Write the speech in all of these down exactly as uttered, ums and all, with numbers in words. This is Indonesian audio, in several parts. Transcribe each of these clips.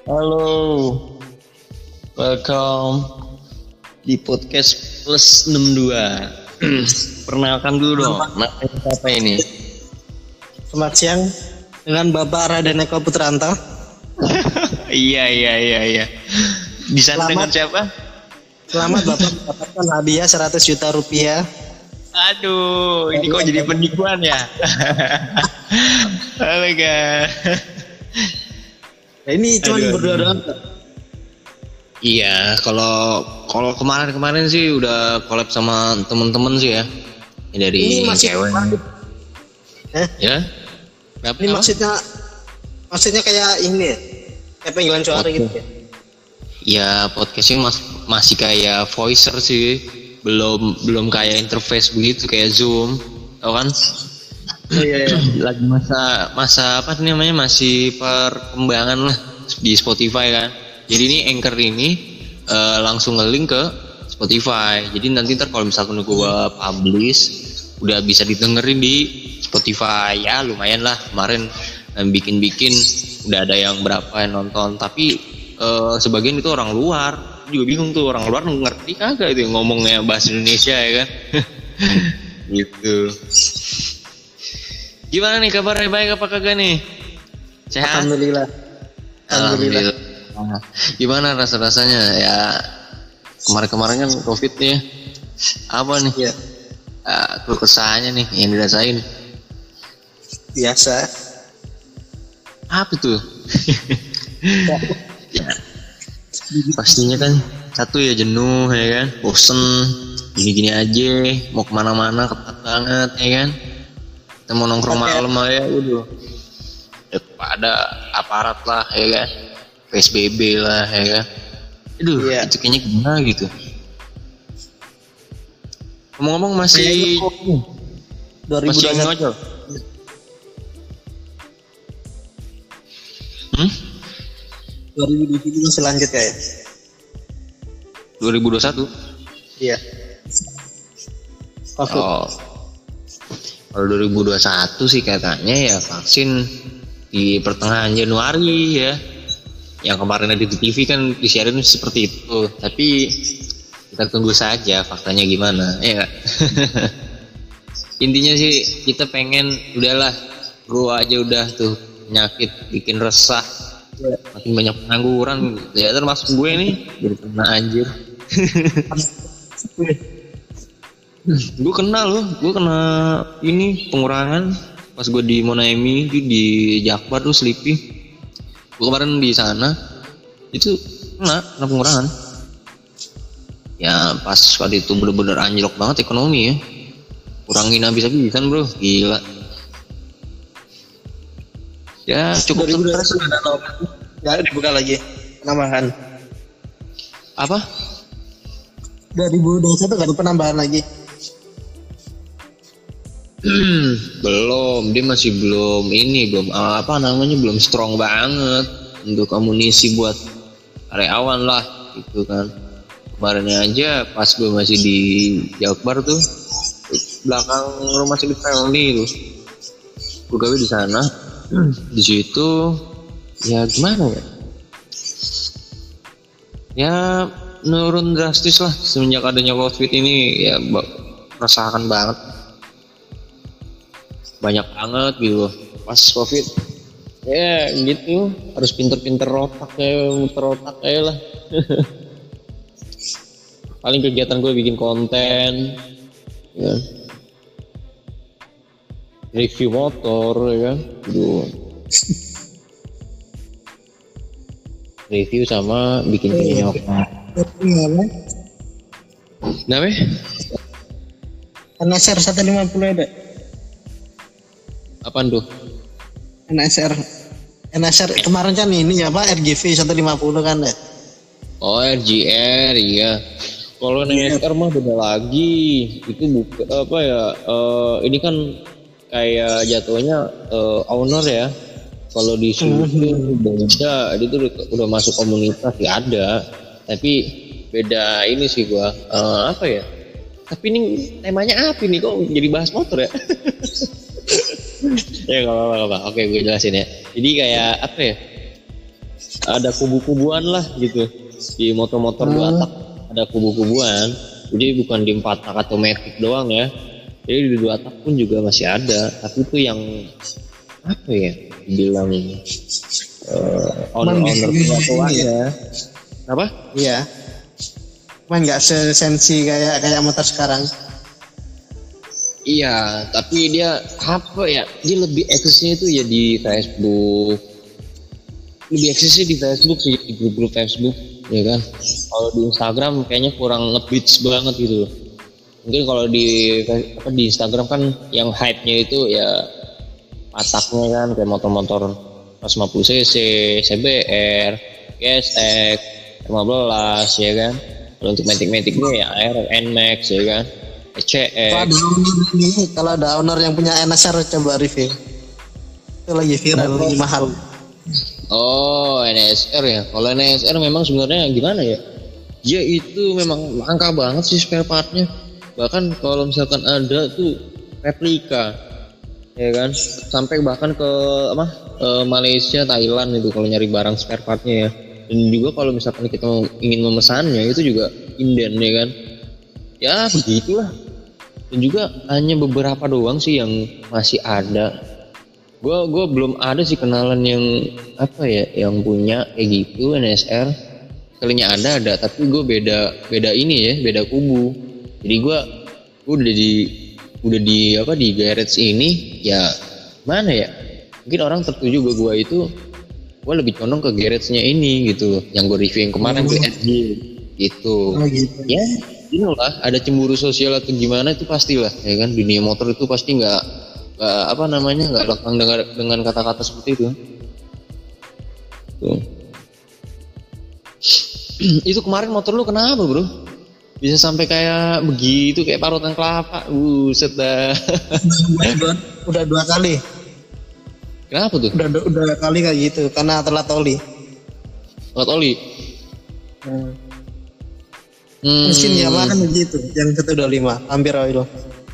Halo, welcome di podcast plus enam puluh dua. Perkenalkan dulu dong, namanya siapa ini? Selamat siang dengan Bapak Raden Eko Putranto. Iya, iya, iya, iya. Bisa dengar siapa? Selamat Bapak mendapatkan hadiah seratus juta rupiah. Aduh, ini kok jadi penipuan ya? Halo guys. Nah, ini cuma berdua doang. Iya, kalau kalau kemarin-kemarin sih udah collab sama temen-temen sih ya. Ini dari Ini masih cewek. Eh? Ya? Kenapa? Ini maksudnya maksudnya kayak ini ya? Kayak panggilan suara gitu ya? Ya podcastnya mas, masih kayak voicer sih, belum belum kayak interface begitu kayak Zoom, tau kan? Oh, iya, iya. Lagi masa masa apa namanya masih perkembangan lah di Spotify kan. Jadi ini Anchor ini uh, langsung nge-link ke Spotify. Jadi nanti ntar kalau misalkan gue publish udah bisa didengerin di Spotify ya, lumayan lah. Kemarin um, bikin-bikin udah ada yang berapa yang nonton, tapi uh, sebagian itu orang luar. Juga bingung tuh, orang luar ngerti kagak itu ngomongnya bahasa Indonesia ya kan. Gitu. Gimana nih kabarnya, baik apa kagak nih? Sehat? Alhamdulillah. Alhamdulillah. Alhamdulillah. Gimana rasa-rasanya ya, kemarin-kemarin kan Covid nih ya. Apa nih ya? Uh, keluh kesahnya nih yang dirasain. Biasa. Apa tuh? Ya, pastinya kan satu ya jenuh ya kan, bosen gini-gini aja, mau kemana-mana ketat banget ya kan. Kita mau nongkrong malam aja udah pada aparat lah ya kan, P S B B lah ya kan. Aduh, yeah. Itu kayaknya gimana gitu. Ngomong-ngomong masih dua ribu dua puluh satu. Hmm? dua ribu dua puluh masih lanjut ya? dua ribu dua puluh satu? Iya. Covid. Oh. Kalau dua ribu dua puluh satu sih katanya ya vaksin di pertengahan Januari ya. Yang kemarin di T V kan disiarin seperti itu. Tapi kita tunggu saja faktanya gimana. Ya. Intinya sih kita pengen udahlah, gua aja udah tuh penyakit bikin resah. Makin banyak pengangguran ya, termasuk gue nih jadi kena anjir. Gue kena loh, gue kena ini pengurangan pas gue di Monaimi di, di Jakbar tuh Sleepy. Gue kemarin di sana itu kena, kena pengurangan. Ya pas waktu itu bener-bener anjlok banget ekonomi ya, kurangin habis-habisan bro, gila. Ya cukup stres. Ya dibuka lagi penambahan. Apa? dua ribu dua puluh satu gak ada penambahan lagi. Belum, dia masih belum ini, belum apa namanya, belum strong banget untuk amunisi buat karyawan lah gitu kan. Kemarinnya aja pas gue masih di Jakbar tuh, belakang rumah sakit Family tuh, gue gawe di sana. Di situ ya gimana ya? Ya menurun drastis lah semenjak adanya Covid ini ya, merasakan banget. Banyak banget gitu pas Covid. Ya gitu, harus pinter-pinter otak ya, muter otak ya lah. Paling kegiatan gue bikin konten ya. Review motor ya kan, aduh. Review sama bikin video. Kenapa? N S R seratus lima puluh ada. Apaan tuh? N S R N S R kemarin kan ini ya Pak, R G V seratus lima puluh kan ya? Oh R G R iya. Kalau N S R mah beda lagi. Itu bukan apa ya? Uh, ini kan kayak jatuhnya uh, owner ya. Kalau di sini mm-hmm. beda, dia tuh udah, udah masuk komunitas ya ada. Tapi beda ini sih gua uh, apa ya? Tapi ini temanya apa nih kok jadi bahas motor ya? Ya nggak apa-apa. Oke gue jelasin ya. Jadi kayak apa ya? ada kubu-kubuan lah gitu di motor-motor Hmm. dua tak, ada kubu-kubuan. Jadi bukan di empat tak atau matic doang ya. Jadi di dua tak pun juga masih ada, tapi itu yang apa ya? Bilang uh, owner-owner tua-tuanya. Apa? Iya. Cuman nggak sesensi kayak kayak motor sekarang. Iya, tapi dia apa ya? Dia lebih eksesnya itu ya di Facebook. Lebih eksesnya di Facebook sih, di grup-grup Facebook, ya kan? Kalau di Instagram kayaknya kurang nge-beats banget gitu loh. Mungkin kalau di apa di Instagram kan yang hype-nya itu ya pataknya kan kayak motor-motor seratus lima puluh cc, C B R, G S X, lima belas ya kan. Kalau untuk matic-maticnya ya R, N-Max ya kan. C Kalau X. ada owner ini, kalau ada owner yang punya N S R coba review. Itu lagi viral, lagi mahal. Oh, N S R ya. Kalau N S R memang sebenarnya gimana ya? Dia itu memang langka banget sih spare partnya. Bahkan kalau misalkan ada tuh replika, ya kan? Sampai bahkan ke apa? E, Malaysia, Thailand itu kalau nyari barang spare partnya ya. Dan juga kalau misalkan kita ingin memesannya itu juga inden ya kan? Ya begitulah. Dan juga hanya beberapa doang sih yang masih ada. Gue gue belum ada sih kenalan yang apa ya yang punya kayak gitu N S R. Kalinya ada ada, tapi gue beda beda ini ya, beda kubu. Jadi gue gue udah di udah di apa di garage ini ya mana ya? Mungkin orang tertuju ke gue itu gue lebih condong ke garage-nya ini gitu loh, yang gue review yang kemarin tuh S G gitu. Oh, gitu. Ya inilah ada cemburu sosial atau gimana itu pastilah ya kan, dunia motor itu pasti nggak nggak apa namanya nggak lekang dengan dengan kata-kata seperti itu. Tuh. Itu kemarin motor lu kenapa bro? Bisa sampai kayak begitu kayak parutan kelapa, buset dah. udah, udah dua kali. Kenapa tuh? Udah udah kali kayak gitu karena telat oli. Telat oli. Hmm. Hmm. Mesin Yamaha kan begitu, yang satu udah lima, hampir oil.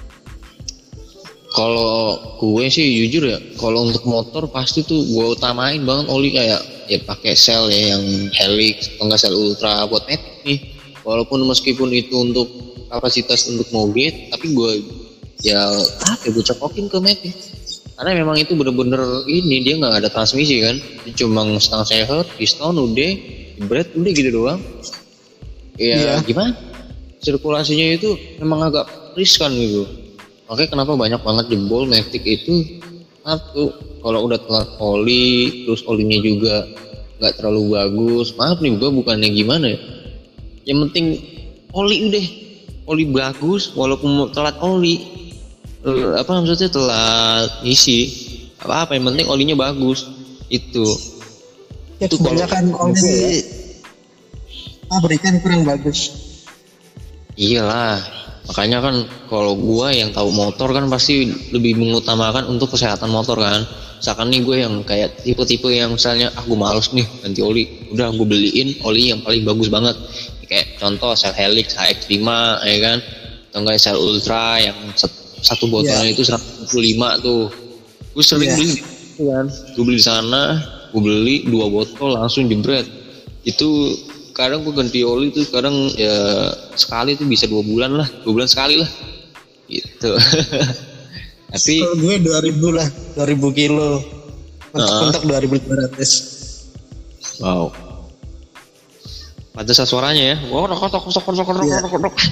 Kalau gue sih jujur ya, kalau untuk motor pasti tuh gue utamain banget oli kayak ya pakai sel ya yang helix atau enggak sel ultra buat matic nih. Walaupun meskipun itu untuk kapasitas untuk mobil, tapi gue ya ah ya gue cokokin ke matic. Karena memang itu bener-bener ini dia nggak ada transmisi kan, dia cuma setengah seher, piston udah, jebret udah gitu doang. Ya Iya. gimana? Sirkulasinya itu memang agak riskan gitu. Makanya kenapa banyak banget jebol matic itu satu kalau udah telat oli, terus olinya juga nggak terlalu bagus. Maaf nih gue bukannya gimana ya. Yang penting oli udah, oli bagus walaupun telat oli. Eh, apa maksudnya telat isi apa apa yang penting olinya bagus itu. Ya, Itu kalau- kebanyakan oli pabrikan kurang bagus. Iyalah, makanya kan kalau gua yang tahu motor kan pasti lebih mengutamakan untuk kesehatan motor kan. Misalkan nih gue yang kayak tipe-tipe yang misalnya ah gue males nih ganti oli, udah gue beliin oli yang paling bagus banget. Kayak contoh sel helix H X lima ya kan, atau enggak sel ultra yang set- satu botolnya Yeah. itu seratus lima puluh lima tuh. Gue sering Yeah. beli gitu kan. Gue beli di sana, gue beli dua botol langsung jebret. Itu kadang gue ganti oli tuh kadang ya sekali tuh bisa dua bulan lah, dua bulan sekali lah gitu. Tapi Kalau gue dua ribu lah, dua ribu kilo. Mentok-mentok dua ribu lima ratus. wow, pantesan suaranya ya, wow, rok rok rok rok rok Iya. rok rok.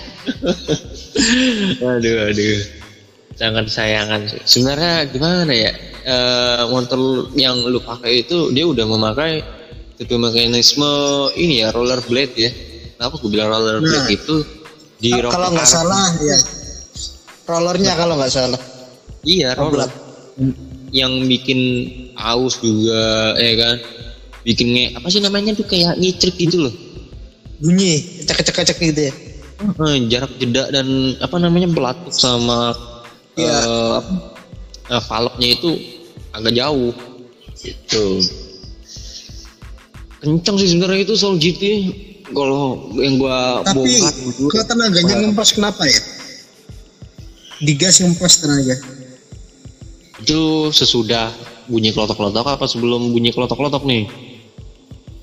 Aduh aduh, sangat sayangan sih. Sebenarnya gimana ya, eh, motor yang lu pakai itu dia udah memakai tipe mekanisme ini ya roller blade ya. Kenapa gue bilang roller blade Nah. itu di Kalau rocker nggak karet. salah ya. Rollernya kalau nggak salah. Iya, roller. Yang bikin aus juga, ya kan? Bikin nge, apa sih namanya tuh kayak ngicrik gitu loh. Bunyi, cek-cek-cek gitu ya. Eh, jarak jeda dan apa namanya pelatuk sama Iya. eh, apa, eh, valve-nya itu agak jauh. Gitu. Kenceng sih sebenarnya itu Soul G T. Kalau yang gua Tapi bongkar kalau tenaganya ngempos kenapa ya? Digas ngempos tenaga. itu sesudah bunyi kelotok-kelotok apa sebelum bunyi kelotok-kelotok nih?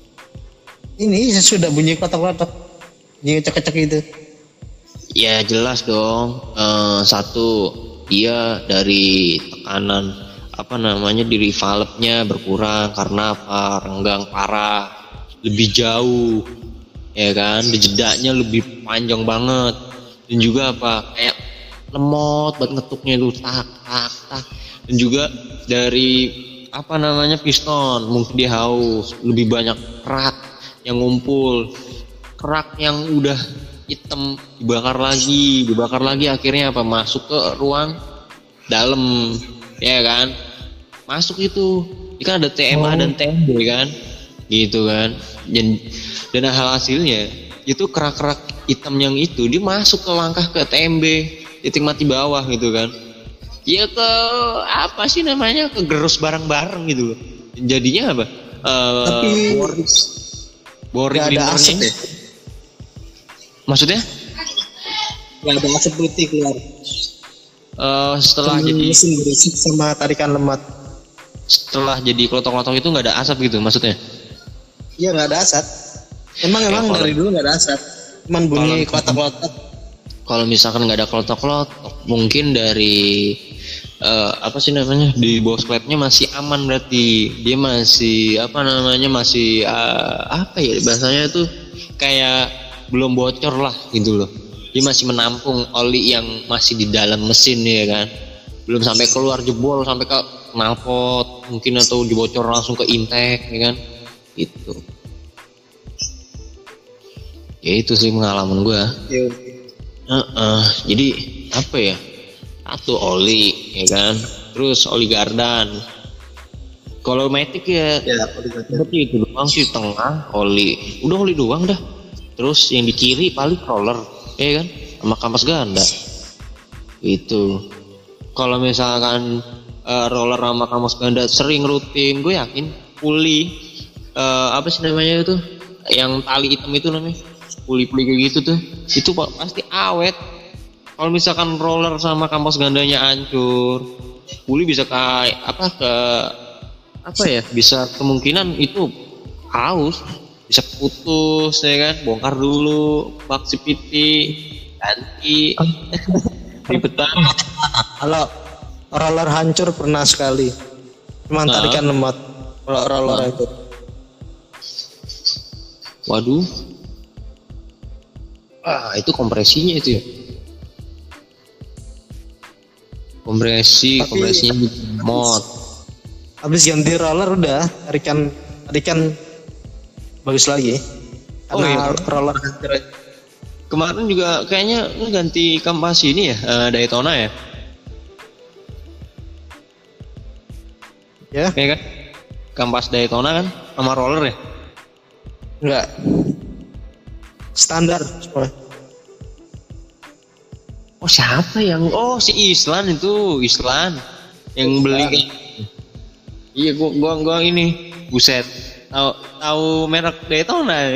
Ini sudah bunyi kotak-kotak, bunyi kecek-kecek itu. Ya jelas dong. Eh, satu, dia dari tekanan apa namanya diri valve-nya berkurang karena apa? Renggang parah, lebih jauh, ya kan? Jedanya lebih panjang banget. Dan juga apa? Kayak lemot buat ngetuknya itu tak tak tak. Dan juga dari apa namanya piston, mungkin dia haus, lebih banyak kerak yang ngumpul, kerak yang udah hitam dibakar lagi, dibakar lagi akhirnya apa masuk ke ruang dalam, ya kan? Masuk itu, ini kan ada T M A oh. dan T M B kan, gitu kan? Dan dan hal hasilnya itu kerak-kerak hitam yang itu dia masuk ke langkah ke T M B, titik mati bawah gitu kan? Ya ke apa sih namanya kegerus bareng-bareng gitu loh. Jadinya apa? Uh, Tapi boring, boring ada asap ya? Maksudnya? Gak ada asap putih keluar. Uh, setelah Cuman jadi mesin berisik sama tarikan lemak. Setelah jadi klotok-klotok itu nggak ada asap gitu maksudnya? Iya nggak ada asap. Emang ya, emang kalau, dari dulu nggak ada asap. Cuman bunyi klotok-klotok. Kalau misalkan nggak ada klotok-klotok, mungkin dari uh, apa sih namanya di bawah sklepnya masih aman berarti. Dia masih apa namanya masih uh, apa ya bahasanya itu kayak belum bocor lah gitu loh. Dia masih menampung oli yang masih di dalam mesin ya kan. Belum sampai keluar jebol sampai ke knalpot mungkin atau dibocor langsung ke intake ya kan. Itu. Ya itu sih pengalaman gue. Uh-uh. Jadi apa ya? Satu oli ya kan. Terus oli gardan. Kalau matic ya, ya seperti itu doang sih tengah oli. Udah oli doang dah. Terus yang di kiri paling roller, ya kan, sama kampas ganda. Itu. Kalau misalkan uh, roller sama kampas ganda sering rutin, gue yakin puli uh, apa sih namanya itu, yang tali hitam itu namanya, puli-puli kayak gitu tuh, itu pasti awet. Kalau misalkan roller sama kampas gandanya hancur, puli bisa kayak apa ke apa ya, bisa kemungkinan itu haus. Bisa putus ya kan, bongkar dulu bak C P T, ganti ribetan. Kalau roller hancur pernah sekali, cuman nah. tarikan lemot kalau roller nah. itu. Waduh, ah itu kompresinya itu ya, kompresi Tapi, kompresinya mod. Habis ganti roller udah tarikan tarikan bagus lagi karena oh, iya. roller kemarin juga kayaknya ganti kampas ini ya, uh, Daytona ya ya kayak kan kampas Daytona kan sama roller ya enggak standar semua. Oh siapa yang oh si Islan itu Islan yang beli kan? Iya gua gua gua ini buset tahu tahu merek Daytona.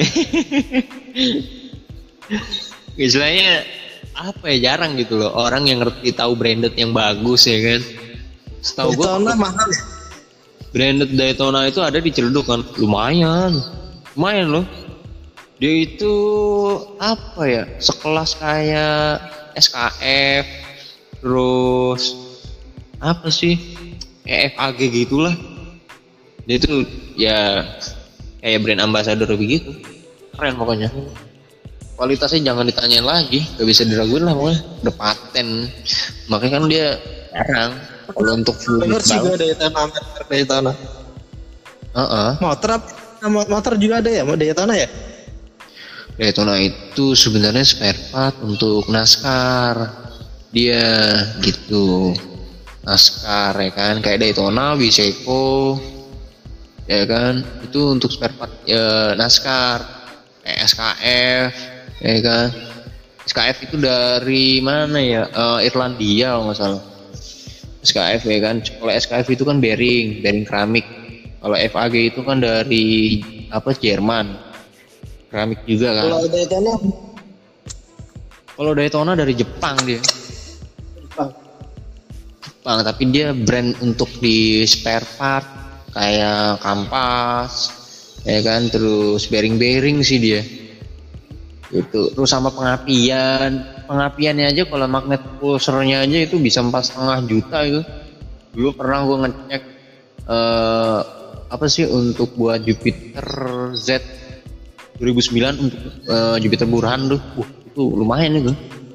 Istilahnya apa ya, jarang gitu loh orang yang ngerti tahu branded yang bagus ya kan. Setahu gue Daytona mahal ya. Branded Daytona itu ada di Ciledug kan, lumayan lumayan loh. Dia itu apa ya, sekelas kayak S K F, terus apa sih kayak F A G gitulah. Dia itu ya kayak brand ambassador begitu, keren pokoknya. Kualitasnya jangan ditanyain lagi, gak bisa diraguin lah pokoknya, udah paten. Makanya kan dia jarang kalau untuk full bener sih gue Daytona, Daytona. Uh-uh. Motor motor juga ada ya, mau Daytona ya? Daytona itu sebenarnya spare part untuk NASCAR. Dia gitu. NASCAR ya kan, kayak Daytona, Wiseco ya kan, itu untuk spare part ya, NASCAR. Kayak S K F ya kan. S K F itu dari mana ya, uh, Irlandia kalau nggak salah. S K F ya kan, kalau S K F itu kan bearing bearing keramik. Kalau F A G itu kan dari apa, Jerman, keramik juga kan. Kalau Daytona kalau Daytona dari Jepang dia. Jepang. Jepang tapi dia brand untuk di spare part kayak kampas, ya kan, terus bearing-bearing sih dia itu, terus sama pengapian pengapiannya aja, kalau magnet pulsernya aja itu bisa empat setengah juta itu. Dulu pernah gue ngecek eh, apa sih untuk buat Jupiter Z dua ribu sembilan untuk eh, Jupiter Burhan tuh, uh, itu lumayan itu.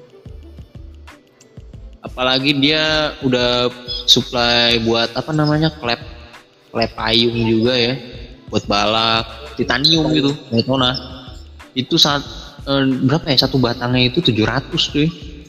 Apalagi dia udah supply buat apa namanya klep klep payung juga ya, buat balap titanium gitu, Daytona itu saat eh, berapa ya satu batangnya itu tujuh ratus tuh.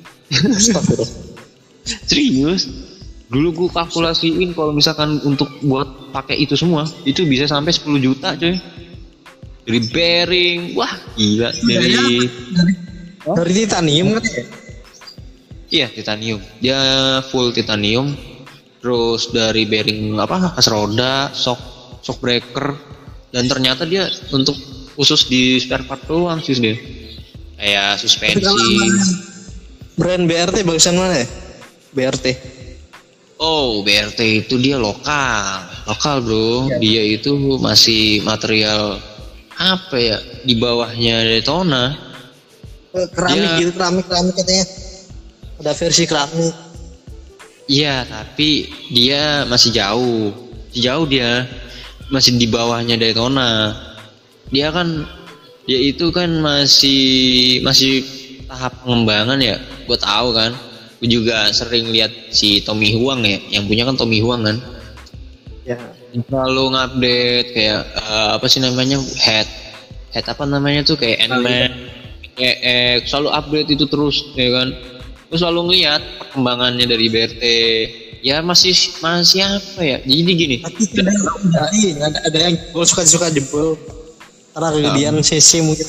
Serius, dulu gue kalkulasiin kalau misalkan untuk buat pakai itu semua itu bisa sampai sepuluh juta cuy, dari bearing, wah gila, dari dari titanium kan ya? Iya titanium, dia full titanium. Terus dari bearing apa, kas roda, shock shock breaker, dan ternyata dia untuk khusus di spare part doang sih dia, kayak suspensi. Brand B R T bagusan mana ya? B R T. Oh, B R T itu dia lokal, lokal bro. Ya. Dia itu masih material apa ya, di bawahnya Daytona. Keramik dia, gitu, keramik keramik katanya. Ada versi keramik. Iya, tapi dia masih jauh, masih jauh dia, masih di bawahnya Daytona. Dia kan, dia itu kan masih masih tahap pengembangan ya. Gue tahu kan, gue juga sering lihat si Tommy Huang ya, yang punya kan Tommy Huang kan. Ya. Selalu ngupdate kayak uh, apa sih namanya, head head apa namanya tuh, kayak N-Man, kayak selalu update itu terus ya kan. Gue selalu ngeliat perkembangannya dari B R T. Ya masih masih apa ya? Jadi gini. Tapi ada ada, ada yang gue suka suka jebol karena kegedean C C mungkin.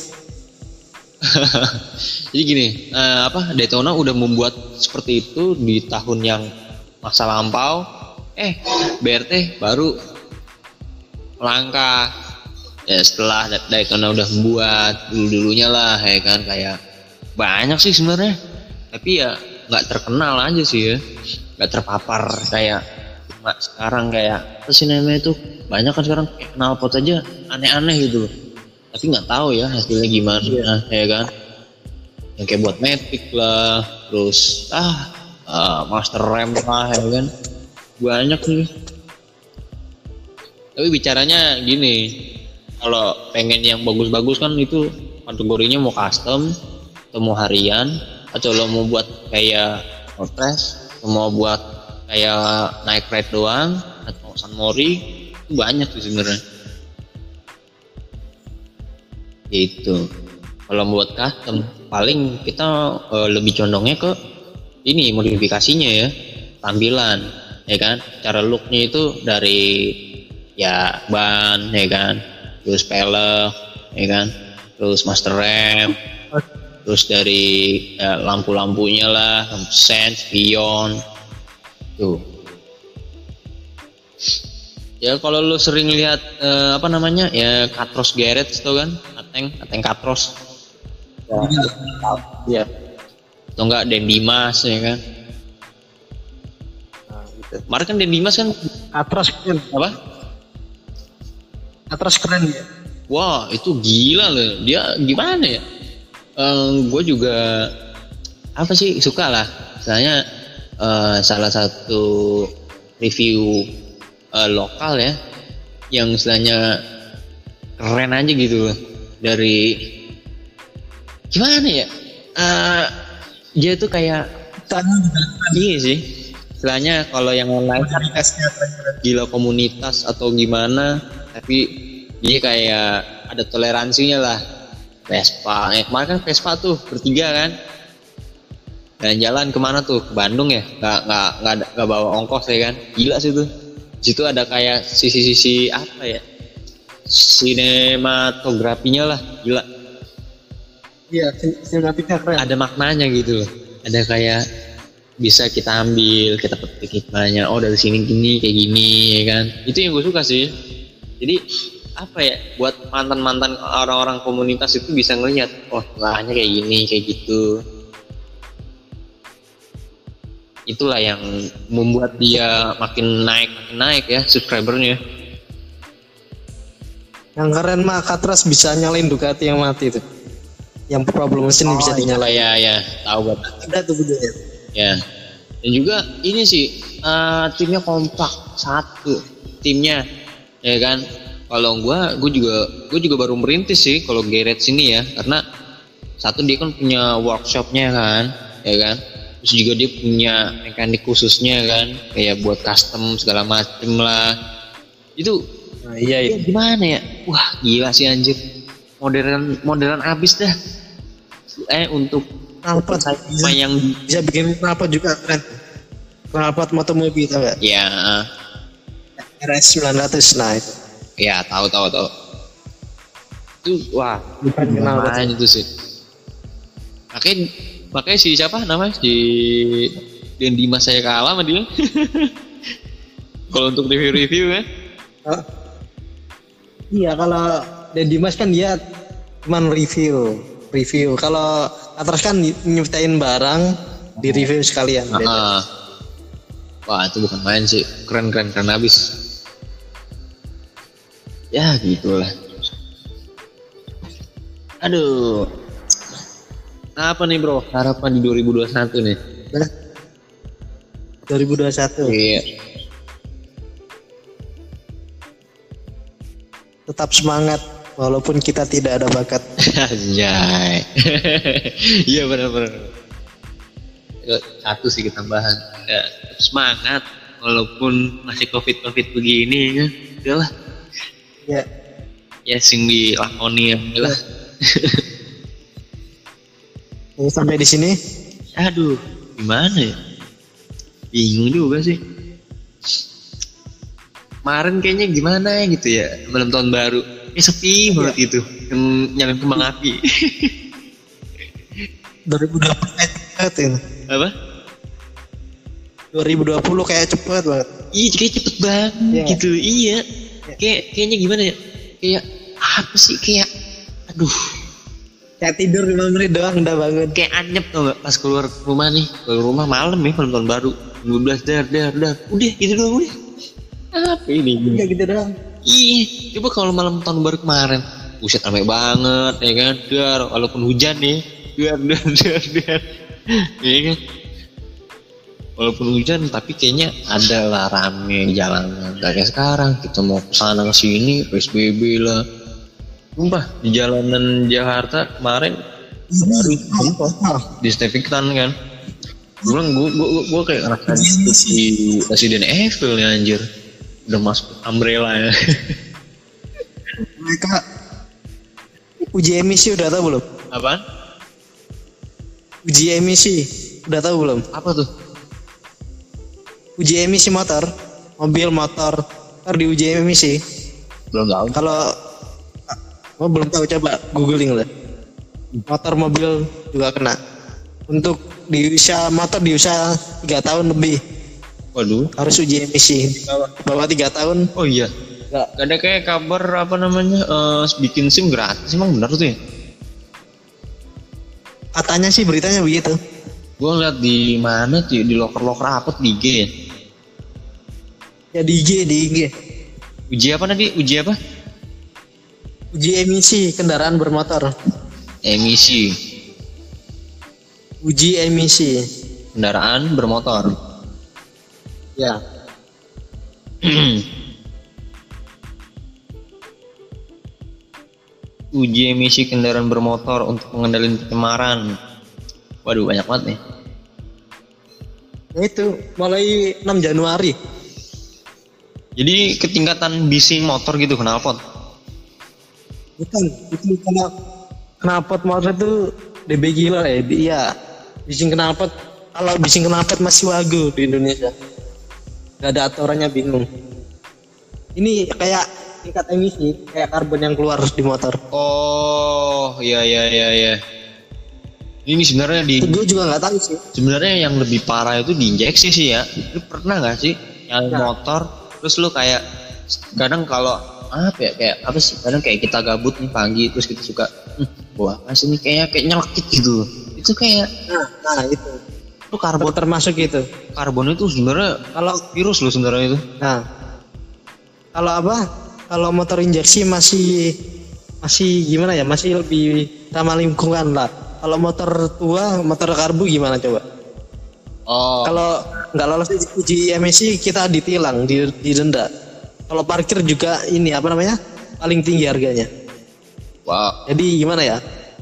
Jadi gini, uh, apa Daytona udah membuat seperti itu di tahun yang masa lampau. Eh B R T baru melangkah. Ya setelah Daytona udah membuat dulu dulunya lah ya kan, kayak banyak sih sebenarnya. Tapi ya nggak terkenal aja sih ya, nggak terpapar kayak cuma sekarang, kayak apa sih namanya itu, banyak kan sekarang kayak knalpot aja aneh-aneh gitu loh, tapi nggak tahu ya hasilnya gimana. Yeah. Ya kan, yang kayak buat Matic lah, terus ah uh, master rem lah ya kan, banyak nih. Tapi bicaranya gini, kalau pengen yang bagus-bagus kan itu kategorinya mau custom atau mau harian, atau lo mau buat kayak road race, atau mau buat kayak naik ride doang, atau San Mori, itu banyak tuh sebenarnya. Gitu. Kalau buat custom, paling kita uh, lebih condongnya ke ini modifikasinya ya, tampilan, ya kan. Cara looknya itu dari ya ban, ya kan, terus pelek, ya kan, terus master rem. Terus dari ya, lampu-lampunya lah, lampu sen, spion, tuh. Ya kalau lu sering lihat eh, apa namanya ya, Katros Garage tuh kan, ateng, ateng Katros. Ya, atau enggak Den Dimas ya kan. Nah, gitu. Kemarin kan Den Dimas kan Katros keren. Apa? Katros keren ya. Wah itu gila loh, dia gimana ya? Um, gue juga apa sih suka lah, misalnya uh, salah satu review uh, lokal ya, yang istilahnya keren aja gitu loh, dari gimana ya, uh, dia tuh kayak iya sih, istilahnya kalau yang online gila komunitas atau gimana, tapi dia kayak ada toleransinya lah. Vespa, eh kemarin kan Vespa tuh bertiga kan, jalan-jalan kemana tuh, ke Bandung ya, nggak nggak nggak nggak bawa ongkos ya kan, gila sih tuh. Di situ ada kayak sisi-sisi apa ya, sinematografinya lah, gila. Iya, sinematografinya keren. Ada maknanya gitu loh, ada kayak bisa kita ambil, kita petik hikmahnya, oh dari sini gini kayak gini ya kan, itu yang gue suka sih. Jadi apa ya, buat mantan-mantan orang-orang komunitas itu bisa ngelihat, oh lahannya kayak gini, kayak gitu. Itulah yang membuat dia makin naik, makin naik ya subscribernya. Yang keren mah Katras bisa nyalain Ducati yang mati tuh. Yang problem mesin Oh, bisa dinyalain. ya ya, tahu banget. Ada tuh videonya. Ya. Dan juga ini sih uh, timnya kompak satu timnya, ya kan. Kalau gua, gua juga, gua juga baru merintis sih kalau garage ini ya, karena satu dia kan punya workshopnya kan, ya kan. Terus juga dia punya mekanik khususnya kan, kayak buat custom segala macem lah. Itu Nah, iya ya, itu. gimana ya? Wah gila sih anjir. Modern modern abis dah. Eh untuk Knalpot sama yang bisa bikin knalpot juga keren. Knalpot motor mobil tau gak? ya R S sembilan ratus nah itu. ya tahu tahu tahu. Itu wah Bukan knalpot. main itu sih. Makanya makanya si siapa namanya si Den Dimas saya kalah sama dia. Kalau untuk review-review kan. Oh. Iya kalau Dan Dimas kan dia cuman review, review. Kalau Katras kan nyiptain barang di review sekalian. Beda. Ah. Wah itu bukan main sih, keren keren keren habis. Ya gitulah. Aduh. Apa nih bro? Harapan di dua ribu dua puluh satu nih. Nah, dua ribu dua puluh satu Iya. tetap semangat walaupun kita tidak ada bakat. Anjay. Iya benar-benar. Satu sih tambahan. Ya, semangat walaupun masih covid covid begini ya. Udahlah. Ya. Ya sing dilakoni ya. Udahlah. Jadi sampai di sini. Aduh, gimana ya? Bingung juga sih. Kemarin kayaknya gimana ya gitu ya, malam tahun baru. Ya sepi banget Iya. gitu, nyalain kembang api. dua ribu dua puluh kayak cepet ini. Apa? dua ribu dua puluh kayak cepet banget. Iya, kayak cepet banget Iya. gitu. Iya. Kayak kayaknya gimana ya? Kayak apa sih kayak aduh, Kayak tidur lima menit doang udah bangun. kayak anyep tau gak pas keluar rumah nih. Keluar rumah malam ya, malam tahun baru. dua belas dar dar dar. Udah gitu doang udah. Apa ini? Udah gitu doang. Iya, coba kalau malam tahun baru kemarin, buset ramai banget, ya kan? Dar, walaupun hujan nih, dar, dar, dar, dar, ya kan? Walaupun hujan, tapi kayaknya ada lah rame jalanan. Gak kayak sekarang, kita mau kesana ke sini, P S B B lah. Sumpah, di jalanan Jakarta kemarin baru sumpah disinfektan kan. Gue bilang, gue gue gue kayak ngerasain itu di Resident Evil ya anjir. Udah masuk umbrella ya. Mereka uji emisi udah tahu belum? Apaan? Uji emisi udah tahu belum? Apa tuh? Uji emisi motor, mobil motor, ntar diuji emisi. Belum tahu. Kalau oh, belum tahu coba googling lah. Motor mobil juga kena. Untuk di usia motor di usia tiga tahun lebih Waduh. harus uji emisi. Di bawah, bawah tiga tahun Oh iya. enggak. Gak ada kayak kabar apa namanya eh, bikin SIM gratis, emang benar tuh ya? Katanya sih beritanya begitu. Gue liat di mana tuh? Di loker-loker apa tuh, di I G ya? Ya di I G, di I G. Uji apa tadi? Uji apa? Uji emisi kendaraan bermotor. Emisi Uji emisi. kendaraan bermotor. Ya. Uji emisi kendaraan bermotor untuk pengendalian pencemaran. Waduh, banyak banget nih. Nah itu mulai enam Januari. Jadi ketingkatan bising motor gitu knalpot. Bukan, itu karena knalpot motor itu D B gila ya. Iya. Bising knalpot, kalau bising knalpot masih wagu di Indonesia. Gak ada aturannya, bingung. Ini kayak tingkat emisi, kayak karbon yang keluar di motor. Oh, iya iya iya iya. Ini sebenarnya di Gue juga nggak tahu sih. sebenarnya yang lebih parah itu diinjeksi sih ya. Lu pernah gak sih yang Nah. motor terus lu kayak kadang kalau apa ya kayak apa sih kadang kayak kita gabut nih pagi terus kita suka hm, wah apa sih ini kayak kayak nyelekit gitu. Itu kayak Nah, nah itu. itu karbon Termasuk itu. karbon itu sebenarnya Kalau virus loh sebenarnya itu. nah, kalau apa? kalau motor injeksi masih masih gimana ya, masih lebih ramah lingkungan lah. Kalau motor tua, motor karbu gimana coba? Oh. Kalau nggak lolos uji emisi kita ditilang, di- didenda. Kalau parkir juga ini apa namanya, paling tinggi harganya. Wow. Jadi gimana ya?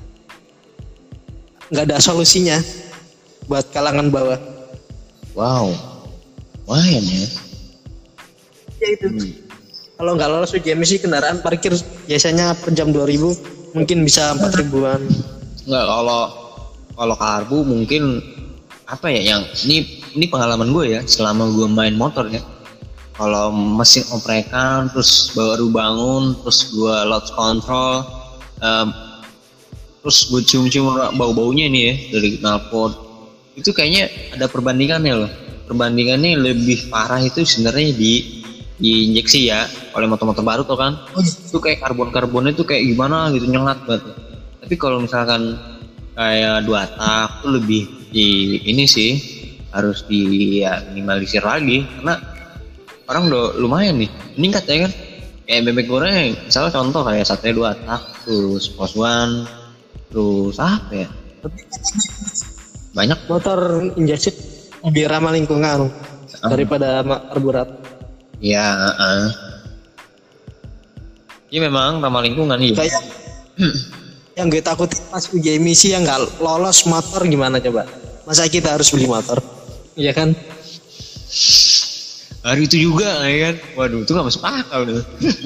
Nggak ada solusinya buat kalangan bawah. Wow. Lumayan ya. Ya itu. Kalau nggak lolos uji emisi kendaraan parkir biasanya per jam dua ribu, mungkin bisa empat ribuan. Enggak, kalau kalau karbu mungkin apa ya, yang ini ini pengalaman gue ya selama gue main motor ya. Kalau mesin oprekan terus baru bangun terus gue load control, um, terus gue cium-cium bau-baunya nih ya dari knalpot, itu kayaknya ada perbandingannya loh. Perbandingannya lebih parah itu sebenarnya di di injeksi ya, oleh motor-motor baru tuh kan. Itu kayak karbon-karbonnya itu kayak gimana gitu, nyengat banget. Tapi kalau misalkan kayak dua tak tuh lebih di ini sih, harus di ya, minimalisir lagi karena orang udah lumayan nih meningkat ya kan. Kayak bebek goreng misalnya contoh kayak sate dua tak, terus poswan, terus apa ya, banyak. Motor injeksi lebih ramah lingkungan Ah. daripada ma- karburat. Ya uh. Ini memang ramah lingkungan ya. Kayak yang gue takutin pas uji emisi yang nggak lolos motor gimana coba? Masa kita harus beli motor? Iya kan? Hari itu juga ya kan. Waduh, itu gak masuk akal tuh.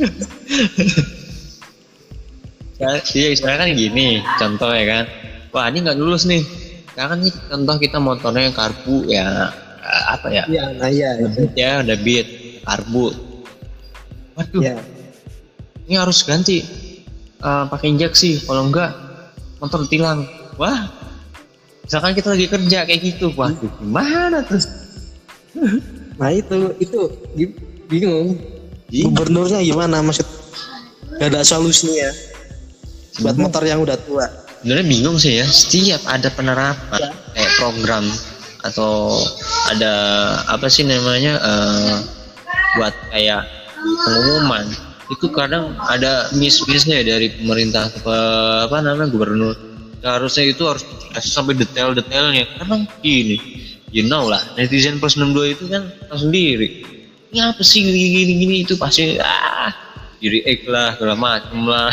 Iya, misalnya kan gini, contoh ya kan. Wah, ini nggak lulus nih. Sekarang nih contoh kita motornya karbu ya, apa ya? Iya, nah iya. Beat ya, udah beat karbu. Waduh, Iya. ini harus ganti uh, pakai injeksi. Kalau enggak, motor ditilang. Wah, misalkan kita lagi kerja kayak gitu, waduh, gimana terus? Nah itu itu gi- bingung. Iya. Gubernurnya gimana, maksud? Gak ada solusinya buat motor yang udah tua. Sebenarnya bingung sih ya, setiap ada penerapan Ya. kayak program atau ada apa sih namanya uh, buat kayak pengumuman, itu kadang ada miss-missnya dari pemerintah ke apa namanya gubernur. Seharusnya itu harus dikasih sampai detail-detailnya. Karena gini, you know lah, netizen plus enam puluh dua itu kan tahu sendiri. Ini apa sih gini-gini itu pasti ah diri ek lah segala macem lah.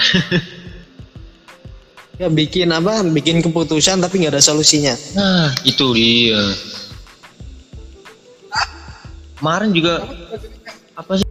Ya bikin apa? Bikin keputusan tapi nggak ada solusinya. Nah, itu dia. Kemarin juga apa sih